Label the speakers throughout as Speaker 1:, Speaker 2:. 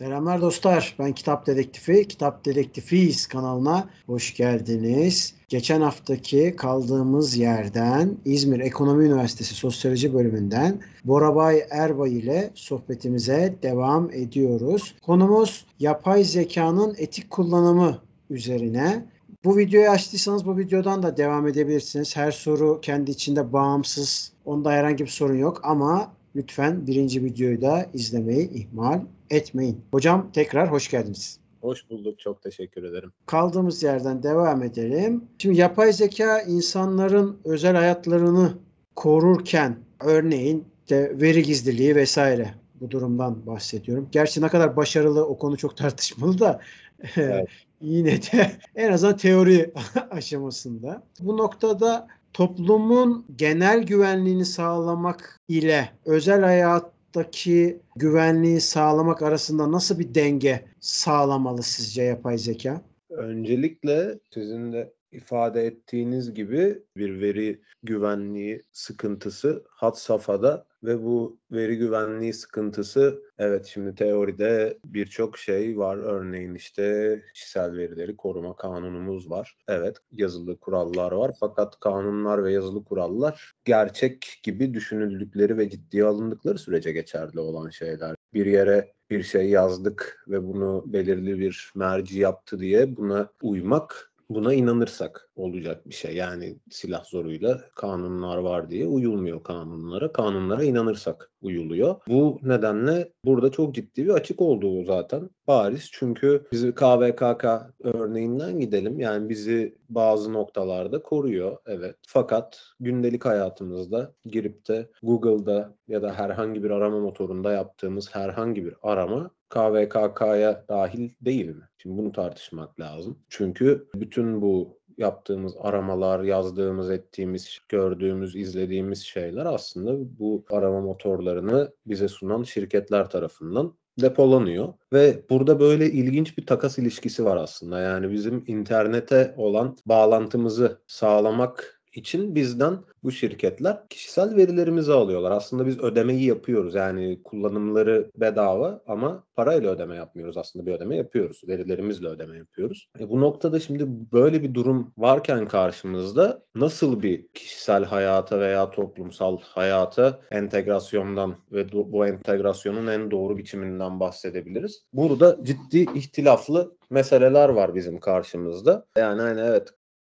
Speaker 1: Selamlar dostlar. Ben Kitap Dedektifi. Kitap Dedektifiyiz kanalına hoş geldiniz. Geçen haftaki kaldığımız yerden İzmir Ekonomi Üniversitesi Sosyoloji bölümünden Borabay Erbay ile sohbetimize devam ediyoruz. Konumuz yapay zekanın etik kullanımı üzerine. Bu videoyu açtıysanız bu videodan da devam edebilirsiniz. Her soru kendi içinde bağımsız. Onda herhangi bir sorun yok ama lütfen birinci videoyu da izlemeyi ihmal etmeyin. Hocam tekrar hoş geldiniz.
Speaker 2: Hoş bulduk. Çok teşekkür ederim.
Speaker 1: Kaldığımız yerden devam edelim. Şimdi yapay zeka insanların özel hayatlarını korurken örneğin veri gizliliği vesaire bu durumdan bahsediyorum. Gerçi ne kadar başarılı o konu çok tartışmalı da
Speaker 2: Evet.
Speaker 1: yine de en azından teori aşamasında. Bu noktada toplumun genel güvenliğini sağlamak ile özel hayattaki güvenliği sağlamak arasında nasıl bir denge sağlamalı sizce yapay zeka?
Speaker 2: Öncelikle sizin de ifade ettiğiniz gibi bir veri güvenliği sıkıntısı had safhada ve bu veri güvenliği sıkıntısı evet şimdi teoride birçok şey var. Örneğin işte kişisel verileri koruma kanunumuz var. Evet, yazılı kurallar var fakat kanunlar ve yazılı kurallar gerçek gibi düşünüldükleri ve ciddiye alındıkları sürece geçerli olan şeyler. Bir yere bir şey yazdık ve bunu belirli bir merci yaptı diye buna uymak, buna inanırsak olacak bir şey. Yani silah zoruyla kanunlar var diye uyulmuyor kanunlara. Kanunlara inanırsak uyuluyor. Bu nedenle burada çok ciddi bir açık olduğu zaten bariz. Çünkü bizi KVKK örneğinden gidelim. Yani bizi bazı noktalarda koruyor. Evet. Fakat gündelik hayatımızda girip de Google'da ya da herhangi bir arama motorunda yaptığımız herhangi bir arama KVKK'ya dahil değil mi? Şimdi bunu tartışmak lazım. Çünkü bütün bu yaptığımız aramalar, yazdığımız, ettiğimiz, gördüğümüz, izlediğimiz şeyler aslında bu arama motorlarını bize sunan şirketler tarafından depolanıyor. Ve burada böyle ilginç bir takas ilişkisi var aslında. Yani bizim internete olan bağlantımızı sağlamak için bizden bu şirketler kişisel verilerimizi alıyorlar. Aslında biz ödemeyi yapıyoruz. Yani kullanımları bedava ama parayla ödeme yapmıyoruz. Aslında bir ödeme yapıyoruz. Verilerimizle ödeme yapıyoruz. Bu noktada şimdi böyle bir durum varken karşımızda nasıl bir kişisel hayata veya toplumsal hayata entegrasyondan ve bu entegrasyonun en doğru biçiminden bahsedebiliriz? Burada ciddi ihtilaflı meseleler var bizim karşımızda. Yani hani evet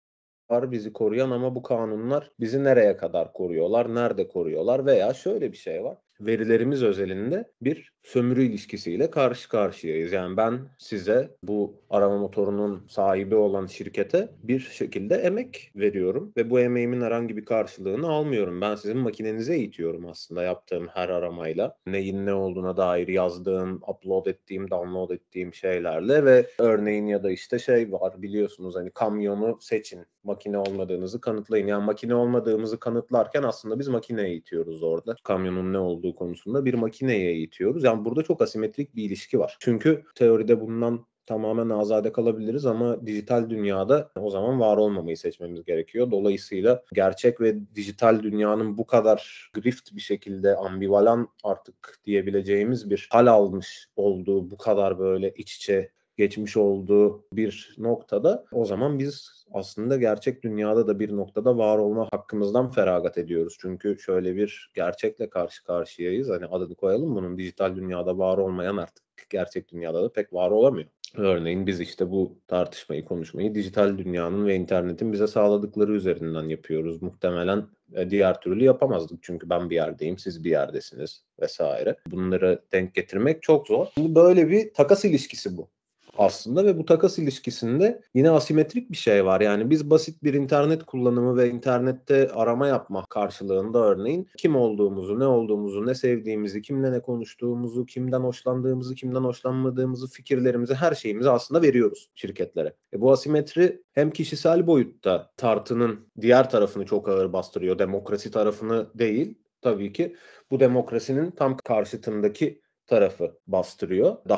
Speaker 2: var bizi koruyan ama bu kanunlar bizi nereye kadar koruyorlar, nerede koruyorlar veya şöyle bir şey var. Verilerimiz özelinde bir sömürü ilişkisiyle karşı karşıyayız. Yani ben size bu arama motorunun sahibi olan şirkete bir şekilde emek veriyorum ve bu emeğimin herhangi bir karşılığını almıyorum. Ben sizin makinenize eğitiyorum aslında yaptığım her aramayla. Neyin ne olduğuna dair yazdığım, upload ettiğim, download ettiğim şeylerle ve örneğin ya da işte şey var biliyorsunuz hani kamyonu seçin, makine olmadığınızı kanıtlayın. Yani makine olmadığımızı kanıtlarken aslında biz makineye eğitiyoruz orada. Kamyonun ne olduğu konusunda bir makineye eğitiyoruz. Yani burada çok asimetrik bir ilişki var. Çünkü teoride bundan tamamen azade kalabiliriz ama dijital dünyada o zaman var olmamayı seçmemiz gerekiyor. Dolayısıyla gerçek ve dijital dünyanın bu kadar grift bir şekilde ambivalan artık diyebileceğimiz bir hal almış olduğu, bu kadar böyle iç içe geçmiş olduğu bir noktada o zaman biz aslında gerçek dünyada da bir noktada var olma hakkımızdan feragat ediyoruz. Çünkü şöyle bir gerçekle karşı karşıyayız. Hani adını koyalım bunun, dijital dünyada var olmayan artık gerçek dünyada da pek var olamıyor. Örneğin biz işte bu tartışmayı, konuşmayı dijital dünyanın ve internetin bize sağladıkları üzerinden yapıyoruz. Muhtemelen diğer türlü yapamazdık. Çünkü ben bir yerdeyim, siz bir yerdesiniz vesaire. Bunları denk getirmek çok zor. Şimdi böyle bir takas ilişkisi bu aslında ve bu takas ilişkisinde yine asimetrik bir şey var. Yani biz basit bir internet kullanımı ve internette arama yapma karşılığında örneğin kim olduğumuzu, ne olduğumuzu, ne sevdiğimizi, kimle ne konuştuğumuzu, kimden hoşlandığımızı, kimden hoşlanmadığımızı, fikirlerimizi, her şeyimizi aslında veriyoruz şirketlere. Bu asimetri hem kişisel boyutta tartının diğer tarafını çok ağır bastırıyor, demokrasi tarafını değil. Tabii ki bu demokrasinin tam karşıtındaki tarafı bastırıyor. Daha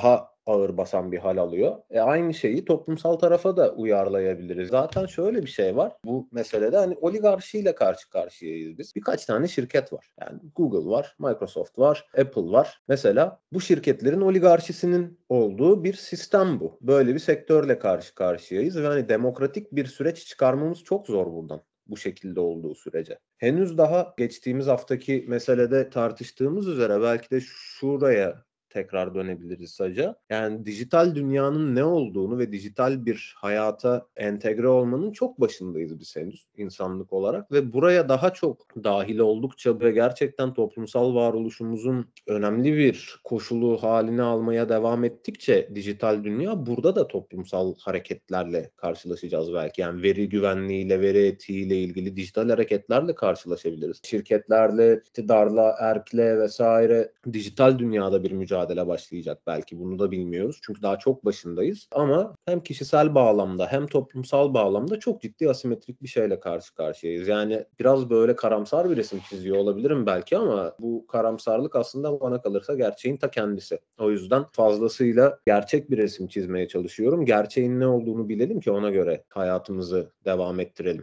Speaker 2: ağır basan bir hal alıyor. Aynı şeyi toplumsal tarafa da uyarlayabiliriz. Zaten şöyle bir şey var. Bu meselede hani oligarşiyle karşı karşıyayız biz. Birkaç tane şirket var. Yani Google var, Microsoft var, Apple var. Mesela bu şirketlerin oligarşisinin olduğu bir sistem bu. Böyle bir sektörle karşı karşıyayız ve hani demokratik bir süreç çıkarmamız çok zor buradan, bu şekilde olduğu sürece. Henüz daha geçtiğimiz haftaki meselede tartıştığımız üzere belki de şuraya tekrar dönebiliriz sadece. Yani dijital dünyanın ne olduğunu ve dijital bir hayata entegre olmanın çok başındayız biz henüz insanlık olarak ve buraya daha çok dahil oldukça ve gerçekten toplumsal varoluşumuzun önemli bir koşulu haline almaya devam ettikçe dijital dünya, burada da toplumsal hareketlerle karşılaşacağız belki. Yani veri güvenliğiyle, veri etiğiyle ilgili dijital hareketlerle karşılaşabiliriz. Şirketlerle, iktidarla, erkle vesaire dijital dünyada bir mücadele başlayacak belki. Bunu da bilmiyoruz. Çünkü daha çok başındayız. Ama hem kişisel bağlamda hem toplumsal bağlamda çok ciddi asimetrik bir şeyle karşı karşıyayız. Yani biraz böyle karamsar bir resim çiziyor olabilirim belki ama bu karamsarlık aslında bana kalırsa gerçeğin ta kendisi. O yüzden fazlasıyla gerçek bir resim çizmeye çalışıyorum. Gerçeğin ne olduğunu bilelim ki ona göre hayatımızı devam ettirelim.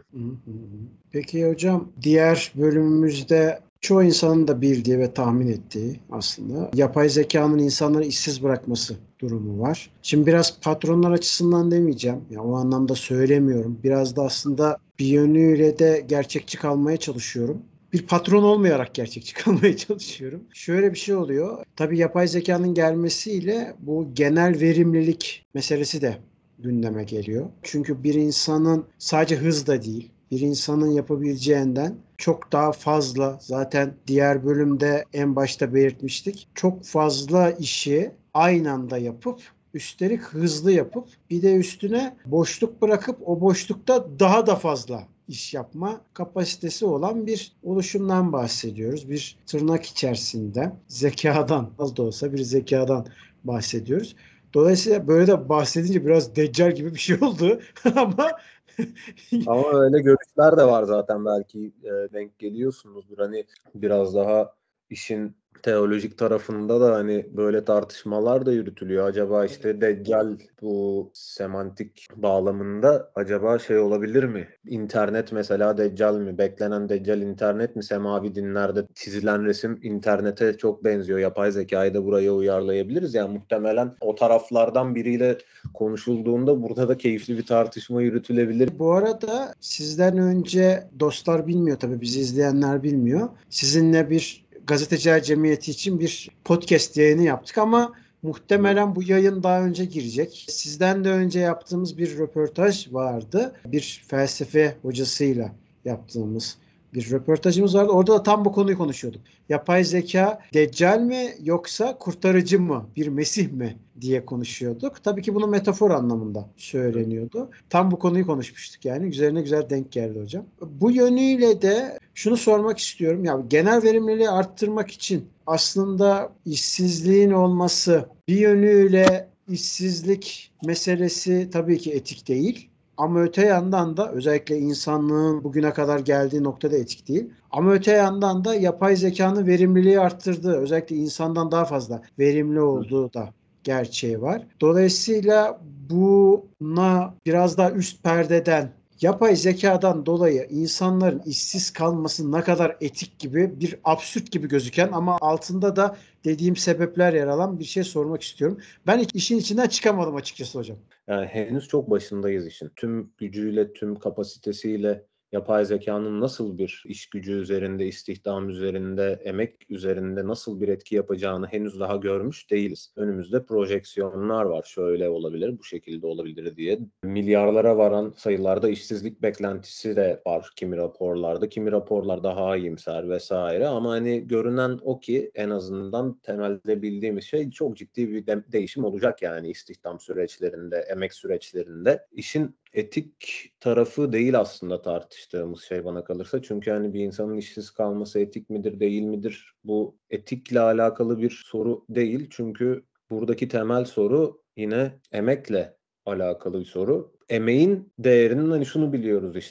Speaker 1: Peki hocam, diğer bölümümüzde çoğu insanın da bildiği ve tahmin ettiği aslında yapay zekanın insanları işsiz bırakması durumu var. Şimdi biraz patronlar açısından demeyeceğim. Ya o anlamda söylemiyorum. Biraz da aslında bir yönüyle de gerçekçi kalmaya çalışıyorum. Bir patron olmayarak gerçekçi kalmaya çalışıyorum. Şöyle bir şey oluyor. Tabii yapay zekanın gelmesiyle bu genel verimlilik meselesi de gündeme geliyor. Çünkü bir insanın sadece hız da değil, bir insanın yapabileceğinden çok daha fazla, zaten diğer bölümde en başta belirtmiştik, çok fazla işi aynı anda yapıp üstelik hızlı yapıp bir de üstüne boşluk bırakıp o boşlukta daha da fazla iş yapma kapasitesi olan bir oluşumdan bahsediyoruz. Bir tırnak içerisinde zekadan, az da olsa bir zekadan bahsediyoruz. Dolayısıyla böyle de bahsedince biraz deccal gibi bir şey oldu ama
Speaker 2: Ama öyle görüşler de var zaten, belki denk geliyorsunuzdur. Hani biraz daha işin teolojik tarafında da hani böyle tartışmalar da yürütülüyor. Acaba işte Deccal bu semantik bağlamında acaba şey olabilir mi? İnternet mesela Deccal mi? Beklenen Deccal internet mi? Semavi dinlerde çizilen resim internete çok benziyor. Yapay zekayı da buraya uyarlayabiliriz. Yani muhtemelen o taraflardan biriyle konuşulduğunda burada da keyifli bir tartışma yürütülebilir.
Speaker 1: bu arada sizden önce dostlar bilmiyor, tabii bizi izleyenler bilmiyor. Sizinle bir gazeteciler cemiyeti için bir podcast yayını yaptık ama muhtemelen bu yayın daha önce girecek. Sizden de önce yaptığımız bir röportaj vardı. Bir felsefe hocasıyla yaptığımız bir röportajımız vardı. Orada da tam bu konuyu konuşuyorduk. Yapay zeka deccal mi yoksa kurtarıcı mı, bir mesih mi diye konuşuyorduk. Tabii ki bunu metafor anlamında söyleniyordu. Tam bu konuyu konuşmuştuk yani. Üzerine güzel denk geldi hocam. Bu yönüyle de şunu sormak istiyorum. Ya genel verimliliği arttırmak için aslında işsizliğin olması, bir yönüyle işsizlik meselesi tabii ki etik değil. Ama öte yandan da özellikle insanlığın bugüne kadar geldiği noktada etik değil. Ama öte yandan da yapay zekanın verimliliği arttırdığı, özellikle insandan daha fazla verimli olduğu da gerçeği var. Dolayısıyla buna biraz daha üst perdeden, yapay zekadan dolayı insanların işsiz kalması ne kadar etik gibi, bir absürt gibi gözüken ama altında da dediğim sebepler yer alan bir şey sormak istiyorum. Ben işin içinden çıkamadım açıkçası hocam.
Speaker 2: Yani henüz çok başındayız işin. Tüm gücüyle, tüm kapasitesiyle yapay zekanın nasıl bir iş gücü üzerinde, istihdam üzerinde, emek üzerinde nasıl bir etki yapacağını henüz daha görmüş değiliz. Önümüzde projeksiyonlar var. Şöyle olabilir, bu şekilde olabilir diye. Milyarlara varan sayılarda işsizlik beklentisi de var kimi raporlarda. Kimi raporlar daha iyimser vesaire. Ama hani görünen o ki en azından temelde bildiğimiz şey, çok ciddi bir değişim olacak yani istihdam süreçlerinde, emek süreçlerinde. İşin etik tarafı değil aslında tartıştığımız şey bana kalırsa. Çünkü hani bir insanın işsiz kalması etik midir, değil midir? Bu etikle alakalı bir soru değil. Çünkü buradaki temel soru yine emekle alakalı bir soru. Emeğin değerinin, hani şunu biliyoruz işte,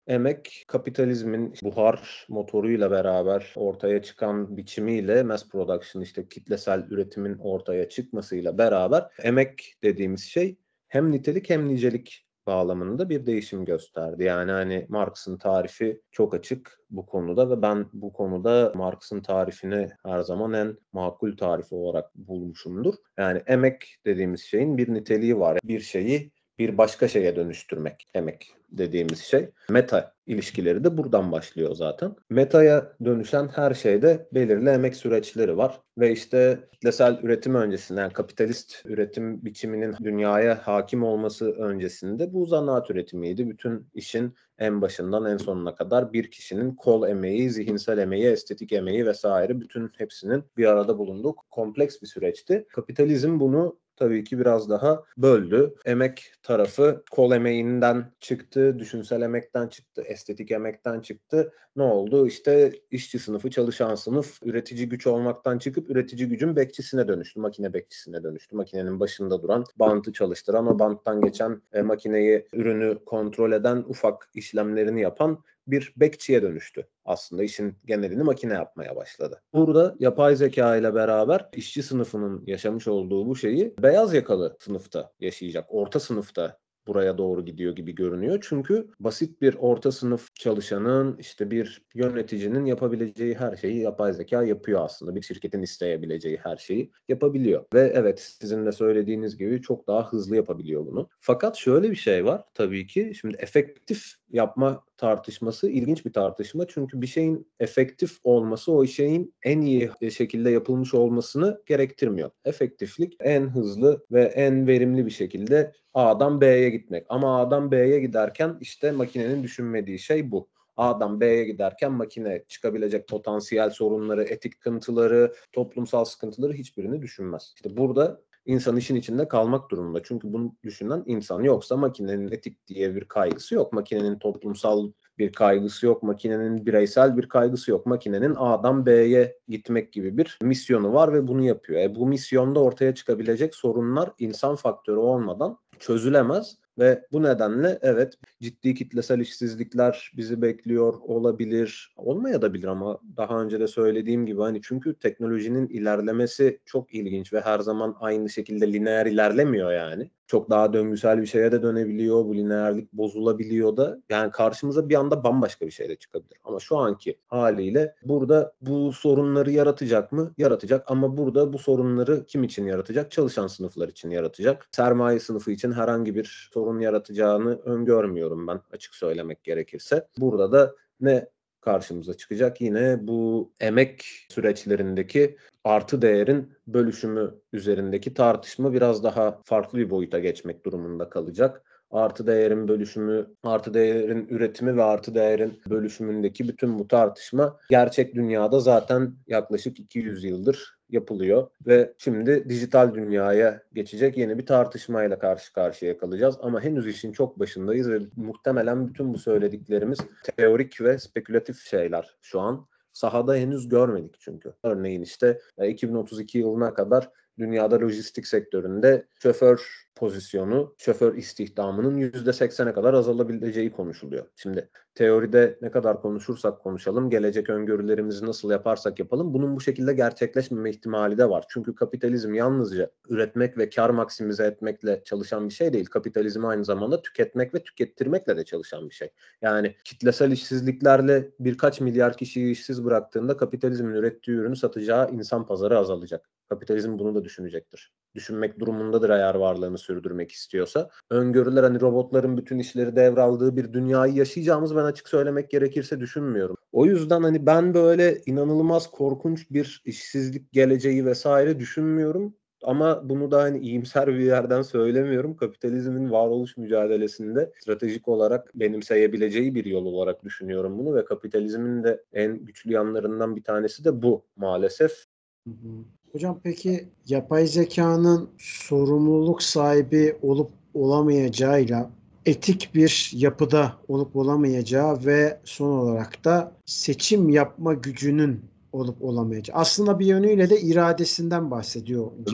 Speaker 2: emek kapitalizmin buhar motoruyla beraber ortaya çıkan biçimiyle mass production, işte kitlesel üretimin ortaya çıkmasıyla beraber emek dediğimiz şey hem nitelik hem nicelik bağlamında bir değişim gösterdi. Yani hani Marx'ın tarifi çok açık bu konuda ve ben bu konuda Marx'ın tarifini her zaman en makul tarifi olarak bulmuşumdur. Yani emek dediğimiz şeyin bir niteliği var. Bir şeyi bir başka şeye dönüştürmek emek dediğimiz şey. Meta ilişkileri de buradan başlıyor zaten. Meta'ya dönüşen her şeyde belirli emek süreçleri var ve işte kitlesel üretim öncesinde, yani kapitalist üretim biçiminin dünyaya hakim olması öncesinde bu zanaat üretimiydi. Bütün işin en başından en sonuna kadar bir kişinin kol emeği, zihinsel emeği, estetik emeği vesaire bütün hepsinin bir arada bulunduğu kompleks bir süreçti. Kapitalizm bunu tabii ki biraz daha böldü. Emek tarafı kol emeğinden çıktı, düşünsel emekten çıktı, estetik emekten çıktı. Ne oldu? İşte işçi sınıfı, çalışan sınıf üretici güç olmaktan çıkıp üretici gücün bekçisine dönüştü, makine bekçisine dönüştü. Makinenin başında duran, bantı çalıştıran, o banttan geçen makineyi, ürünü kontrol eden, ufak işlemlerini yapan bir bekçiye dönüştü. Aslında işin genelini makine yapmaya başladı. Burada yapay zeka ile beraber işçi sınıfının yaşamış olduğu bu şeyi beyaz yakalı sınıfta yaşayacak. Orta sınıfta buraya doğru gidiyor gibi görünüyor. Çünkü basit bir orta sınıf çalışanın, işte bir yöneticinin yapabileceği her şeyi yapay zeka yapıyor aslında. Bir şirketin isteyebileceği her şeyi yapabiliyor. Ve evet, sizin de söylediğiniz gibi çok daha hızlı yapabiliyor bunu. Fakat şöyle bir şey var tabii ki. Şimdi efektif yapma tartışması ilginç bir tartışma. Çünkü bir şeyin efektif olması o şeyin en iyi şekilde yapılmış olmasını gerektirmiyor. Efektiflik en hızlı ve en verimli bir şekilde A'dan B'ye gitmek. Ama A'dan B'ye giderken işte makinenin düşünmediği şey bu. A'dan B'ye giderken makine çıkabilecek potansiyel sorunları, etik sıkıntıları, toplumsal sıkıntıları hiçbirini düşünmez. İşte burada insan işin içinde kalmak durumunda. Çünkü bunu düşünen insan, yoksa makinenin etik diye bir kaygısı yok. Makinenin toplumsal bir kaygısı yok. Makinenin bireysel bir kaygısı yok. Makinenin A'dan B'ye gitmek gibi bir misyonu var ve bunu yapıyor. Bu misyonda ortaya çıkabilecek sorunlar insan faktörü olmadan çözülemez. Ve bu nedenle evet, ciddi kitlesel işsizlikler bizi bekliyor olabilir. Olmayabilir ama daha önce de söylediğim gibi hani çünkü teknolojinin ilerlemesi çok ilginç ve her zaman aynı şekilde lineer ilerlemiyor yani. Çok daha döngüsel bir şeye de dönebiliyor. Bu lineerlik bozulabiliyor da. Yani karşımıza bir anda bambaşka bir şey de çıkabilir. Ama şu anki haliyle burada bu sorunları yaratacak mı? Yaratacak. Ama burada bu sorunları kim için yaratacak? Çalışan sınıflar için yaratacak. Sermaye sınıfı için herhangi bir sorun yaratacağını öngörmüyorum ben, açık söylemek gerekirse. Burada da ne karşımıza çıkacak? Yine bu emek süreçlerindeki artı değerin bölüşümü üzerindeki tartışma biraz daha farklı bir boyuta geçmek durumunda kalacak. Artı değerin bölüşümü, artı değerin üretimi ve artı değerin bölüşümündeki bütün bu tartışma gerçek dünyada zaten yaklaşık 200 yıldır yapılıyor ve şimdi dijital dünyaya geçecek yeni bir tartışmayla karşı karşıya kalacağız. Ama henüz işin çok başındayız ve muhtemelen bütün bu söylediklerimiz teorik ve spekülatif şeyler şu an. Sahada henüz görmedik çünkü. Örneğin işte 2032 yılına kadar dünyada lojistik sektöründe şoför pozisyonu, şoför istihdamının %80'e kadar azalabileceği konuşuluyor. Şimdi teoride ne kadar konuşursak konuşalım, gelecek öngörülerimizi nasıl yaparsak yapalım, bunun bu şekilde gerçekleşmeme ihtimali de var. Çünkü kapitalizm yalnızca üretmek ve kar maksimize etmekle çalışan bir şey değil. Kapitalizm aynı zamanda tüketmek ve tükettirmekle de çalışan bir şey. Yani kitlesel işsizliklerle birkaç milyar kişiyi işsiz bıraktığında kapitalizmin ürettiği ürünü satacağı insan pazarı azalacak. Kapitalizm bunu da düşünecektir. Düşünmek durumundadır eğer varlığını sürdürmek istiyorsa. Öngörüler hani robotların bütün işleri devraldığı bir dünyayı yaşayacağımız, ben açık söylemek gerekirse düşünmüyorum. O yüzden hani ben böyle inanılmaz korkunç bir işsizlik geleceği vesaire düşünmüyorum. Ama bunu da hani iyimser bir yerden söylemiyorum. Kapitalizmin varoluş mücadelesinde stratejik olarak benimseyebileceği bir yol olarak düşünüyorum bunu ve kapitalizmin de en güçlü yanlarından bir tanesi de bu maalesef.
Speaker 1: Hı hı. Hocam peki yapay zekanın sorumluluk sahibi olup olamayacağıyla etik bir yapıda olup olamayacağı ve son olarak da seçim yapma gücünün olup olamayacağı. Aslında bir yönüyle de iradesinden bahsediyor gibi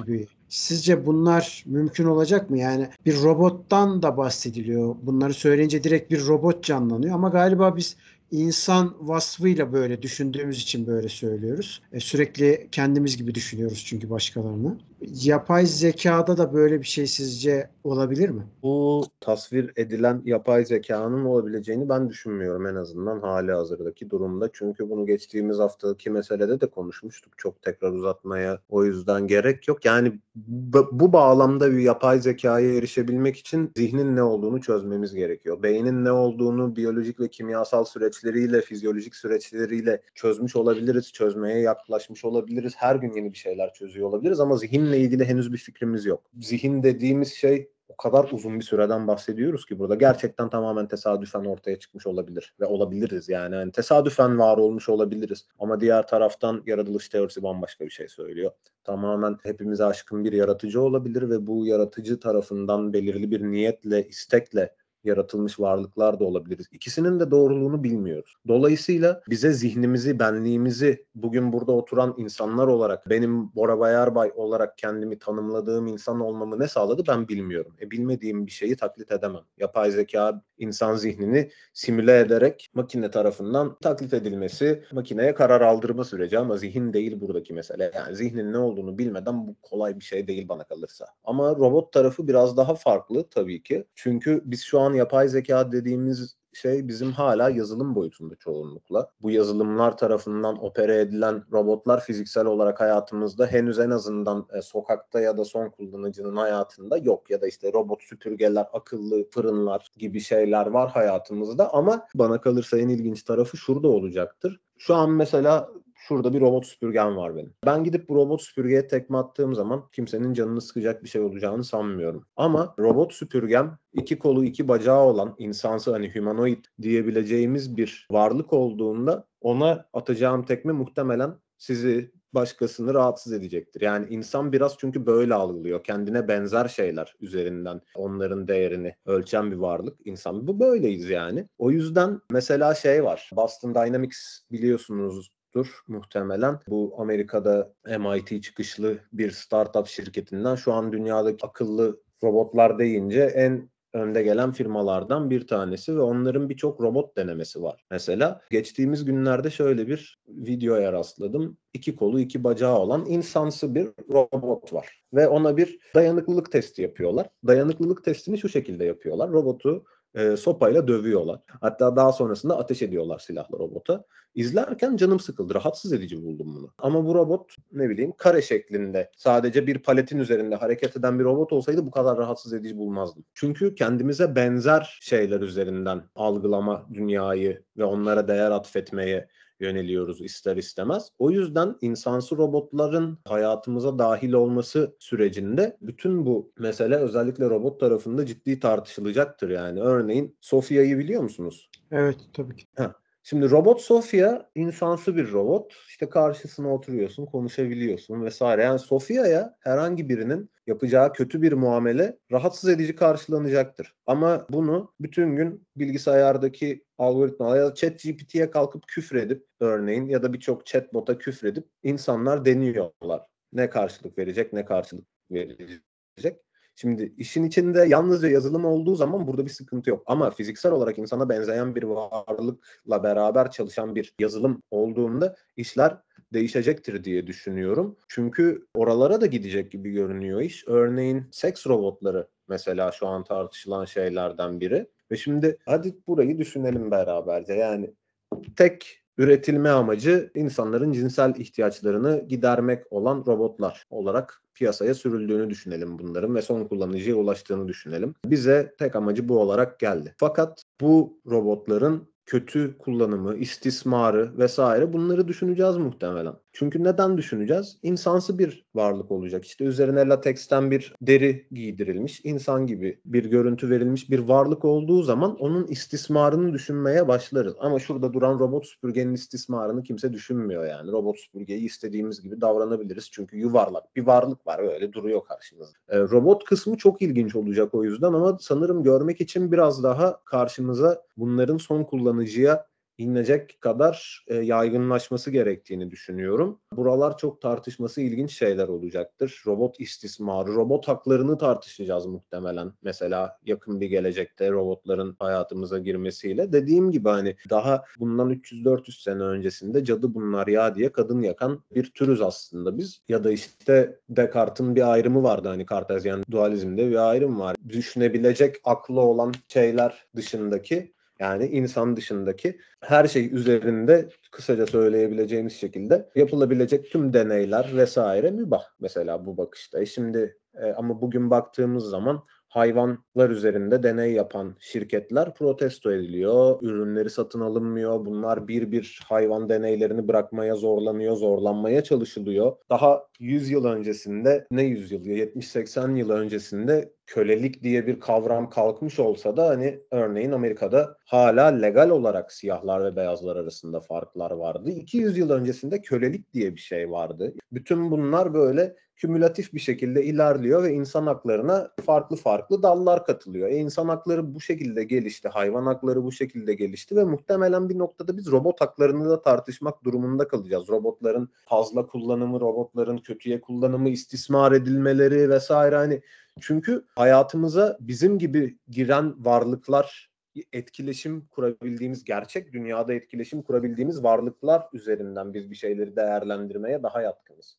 Speaker 1: Sizce bunlar mümkün olacak mı? Yani bir robottan da bahsediliyor. Bunları söyleyince direkt bir robot canlanıyor ama galiba biz insan vasfıyla böyle düşündüğümüz için böyle söylüyoruz. Sürekli kendimiz gibi düşünüyoruz çünkü başkalarını. Yapay zekada da böyle bir şey sizce olabilir mi?
Speaker 2: Bu tasvir edilen yapay zekanın olabileceğini ben düşünmüyorum, en azından hali hazırdaki durumda. Çünkü bunu geçtiğimiz haftaki meselede de konuşmuştuk. Çok tekrar uzatmaya o yüzden gerek yok. Yani bu bağlamda bir yapay zekaya erişebilmek için zihnin ne olduğunu çözmemiz gerekiyor. Beynin ne olduğunu biyolojik ve kimyasal süreçleriyle, fizyolojik süreçleriyle çözmüş olabiliriz. Çözmeye yaklaşmış olabiliriz. Her gün yeni bir şeyler çözüyor olabiliriz ama zihinle ilgili henüz bir fikrimiz yok. Zihin dediğimiz şey o kadar uzun bir süreden bahsediyoruz ki burada gerçekten tamamen tesadüfen ortaya çıkmış olabilir ve olabiliriz yani. Yani tesadüfen var olmuş olabiliriz ama diğer taraftan yaratılış teorisi bambaşka bir şey söylüyor. Tamamen hepimize aşkın bir yaratıcı olabilir ve bu yaratıcı tarafından belirli bir niyetle, istekle yaratılmış varlıklar da olabiliriz. İkisinin de doğruluğunu bilmiyoruz. Dolayısıyla bize zihnimizi, benliğimizi bugün burada oturan insanlar olarak, benim Bora Bayarbay olarak kendimi tanımladığım insan olmamı ne sağladı ben bilmiyorum. Bilmediğim bir şeyi taklit edemem. Yapay zeka insan zihnini simüle ederek makine tarafından taklit edilmesi, makineye karar aldırma süreci ama zihin değil buradaki mesele. Yani zihnin ne olduğunu bilmeden bu kolay bir şey değil bana kalırsa. Ama robot tarafı biraz daha farklı tabii ki. Çünkü biz şu an yapay zeka dediğimiz şey bizim hala yazılım boyutunda çoğunlukla. Bu yazılımlar tarafından opere edilen robotlar fiziksel olarak hayatımızda henüz en azından sokakta ya da son kullanıcının hayatında yok. Ya da işte robot süpürgeler, akıllı fırınlar gibi şeyler var hayatımızda ama bana kalırsa en ilginç tarafı şurada olacaktır. Şu an mesela şurada bir robot süpürgem var benim. Ben gidip bu robot süpürgeye tekme attığım zaman kimsenin canını sıkacak bir şey olacağını sanmıyorum. Ama robot süpürgem iki kolu iki bacağı olan insansı hani humanoid diyebileceğimiz bir varlık olduğunda ona atacağım tekme muhtemelen sizi başkasını rahatsız edecektir. Yani insan biraz çünkü böyle algılıyor. Kendine benzer şeyler üzerinden onların değerini ölçen bir varlık. İnsan bu böyleyiz yani. O yüzden mesela şey var. Boston Dynamics biliyorsunuz muhtemelen. Bu Amerika'da MIT çıkışlı bir startup şirketinden şu an dünyadaki akıllı robotlar deyince en önde gelen firmalardan bir tanesi ve onların birçok robot denemesi var. Mesela geçtiğimiz günlerde şöyle bir videoya rastladım. İki kolu iki bacağı olan insansı bir robot var. Ve ona bir dayanıklılık testi yapıyorlar. Dayanıklılık testini şu şekilde yapıyorlar. Robotu sopayla dövüyorlar. Hatta daha sonrasında ateş ediyorlar silahla robota. İzlerken canım sıkıldı. Rahatsız edici buldum bunu. Ama bu robot ne bileyim kare şeklinde sadece bir paletin üzerinde hareket eden bir robot olsaydı bu kadar rahatsız edici bulmazdım. Çünkü kendimize benzer şeyler üzerinden algılama dünyayı ve onlara değer atfetmeye yöneliyoruz ister istemez. O yüzden insansı robotların hayatımıza dahil olması sürecinde bütün bu mesele özellikle robot tarafında ciddi tartışılacaktır yani. Örneğin Sophia'yı biliyor musunuz?
Speaker 1: Evet, tabii ki.
Speaker 2: Heh. Şimdi robot Sophia insansı bir robot. İşte karşısına oturuyorsun, konuşabiliyorsun vesaire. Yani Sophia'ya herhangi birinin yapacağı kötü bir muamele rahatsız edici karşılanacaktır. Ama bunu bütün gün bilgisayardaki algoritmalar ya da ChatGPT'ye kalkıp küfredip örneğin ya da birçok chatbot'a küfredip insanlar deniyorlar. Ne karşılık verecek, ne karşılık verecek. Şimdi işin içinde yalnızca yazılım olduğu zaman burada bir sıkıntı yok. Ama fiziksel olarak insana benzeyen bir varlıkla beraber çalışan bir yazılım olduğunda işler değişecektir diye düşünüyorum. Çünkü oralara da gidecek gibi görünüyor iş. Örneğin seks robotları mesela şu an tartışılan şeylerden biri. Ve şimdi hadi burayı düşünelim beraberce. Yani tek üretilme amacı insanların cinsel ihtiyaçlarını gidermek olan robotlar olarak piyasaya sürüldüğünü düşünelim bunların ve son kullanıcıya ulaştığını düşünelim. Bize tek amacı bu olarak geldi. Fakat bu robotların kötü kullanımı, istismarı vesaire bunları düşüneceğiz muhtemelen. Çünkü neden düşüneceğiz? İnsansı bir varlık olacak. İşte üzerine lateksten bir deri giydirilmiş, insan gibi bir görüntü verilmiş bir varlık olduğu zaman onun istismarını düşünmeye başlarız. Ama şurada duran robot süpürgenin istismarını kimse düşünmüyor yani. Robot süpürgeyi istediğimiz gibi davranabiliriz. Çünkü yuvarlak bir varlık var, öyle duruyor karşımızda. Robot kısmı çok ilginç olacak o yüzden ama sanırım görmek için biraz daha karşımıza bunların son kullanıcıya inecek kadar yaygınlaşması gerektiğini düşünüyorum. Buralar çok tartışması ilginç şeyler olacaktır. Robot istismarı, robot haklarını tartışacağız muhtemelen. Mesela yakın bir gelecekte robotların hayatımıza girmesiyle. Dediğim gibi hani daha bundan 300-400 sene öncesinde cadı bunlar ya diye kadın yakan bir türüz aslında biz. Ya da işte Descartes'in bir ayrımı vardı, hani Kartezyen dualizmde bir ayrım var. Düşünebilecek aklı olan şeyler dışındaki, yani insan dışındaki her şey üzerinde kısaca söyleyebileceğimiz şekilde yapılabilecek tüm deneyler vesaire mübah mesela bu bakışta. Şimdi ama bugün baktığımız zaman hayvanlar üzerinde deney yapan şirketler protesto ediliyor. Ürünleri satın alınmıyor. Bunlar bir bir hayvan deneylerini bırakmaya zorlanıyor, zorlanmaya çalışılıyor. Daha 100 yıl öncesinde, ne 100 yıl, 70-80 yıl öncesinde kölelik diye bir kavram kalkmış olsa da hani örneğin Amerika'da hala legal olarak siyahlar ve beyazlar arasında farklar vardı. 200 yıl öncesinde kölelik diye bir şey vardı. Bütün bunlar böyle kümülatif bir şekilde ilerliyor ve insan haklarına farklı farklı dallar katılıyor. İnsan hakları bu şekilde gelişti, hayvan hakları bu şekilde gelişti ve muhtemelen bir noktada biz robot haklarını da tartışmak durumunda kalacağız. Robotların fazla kullanımı, robotların kötüye kullanımı, istismar edilmeleri vesaire, hani çünkü hayatımıza bizim gibi giren varlıklar, etkileşim kurabildiğimiz, gerçek dünyada etkileşim kurabildiğimiz varlıklar üzerinden biz bir şeyleri değerlendirmeye daha yatkınız.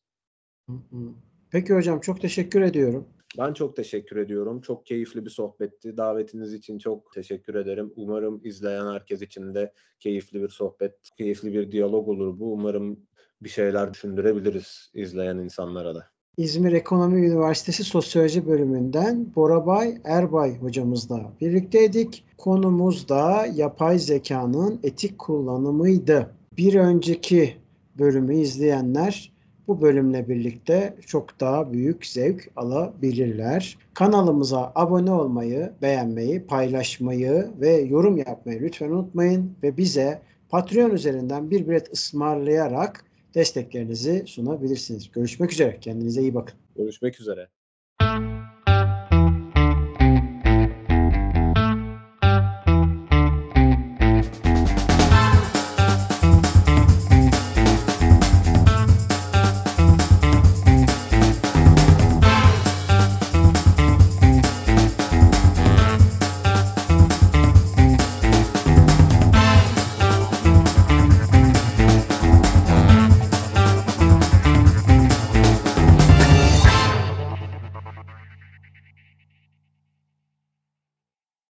Speaker 1: Peki hocam, çok teşekkür ediyorum.
Speaker 2: Ben çok teşekkür ediyorum. Çok keyifli bir sohbetti. Davetiniz için çok teşekkür ederim. Umarım izleyen herkes için de keyifli bir sohbet, keyifli bir diyalog olur bu. Umarım bir şeyler düşündürebiliriz izleyen insanlara da.
Speaker 1: İzmir Ekonomi Üniversitesi Sosyoloji Bölümünden Borabay Erbay hocamızla birlikteydik. Konumuz da yapay zekanın etik kullanımıydı. Bir önceki bölümü izleyenler bu bölümle birlikte çok daha büyük zevk alabilirler. Kanalımıza abone olmayı, beğenmeyi, paylaşmayı ve yorum yapmayı lütfen unutmayın ve bize Patreon üzerinden bir bilet ısmarlayarak desteklerinizi sunabilirsiniz. Görüşmek üzere. Kendinize iyi bakın.
Speaker 2: Görüşmek üzere.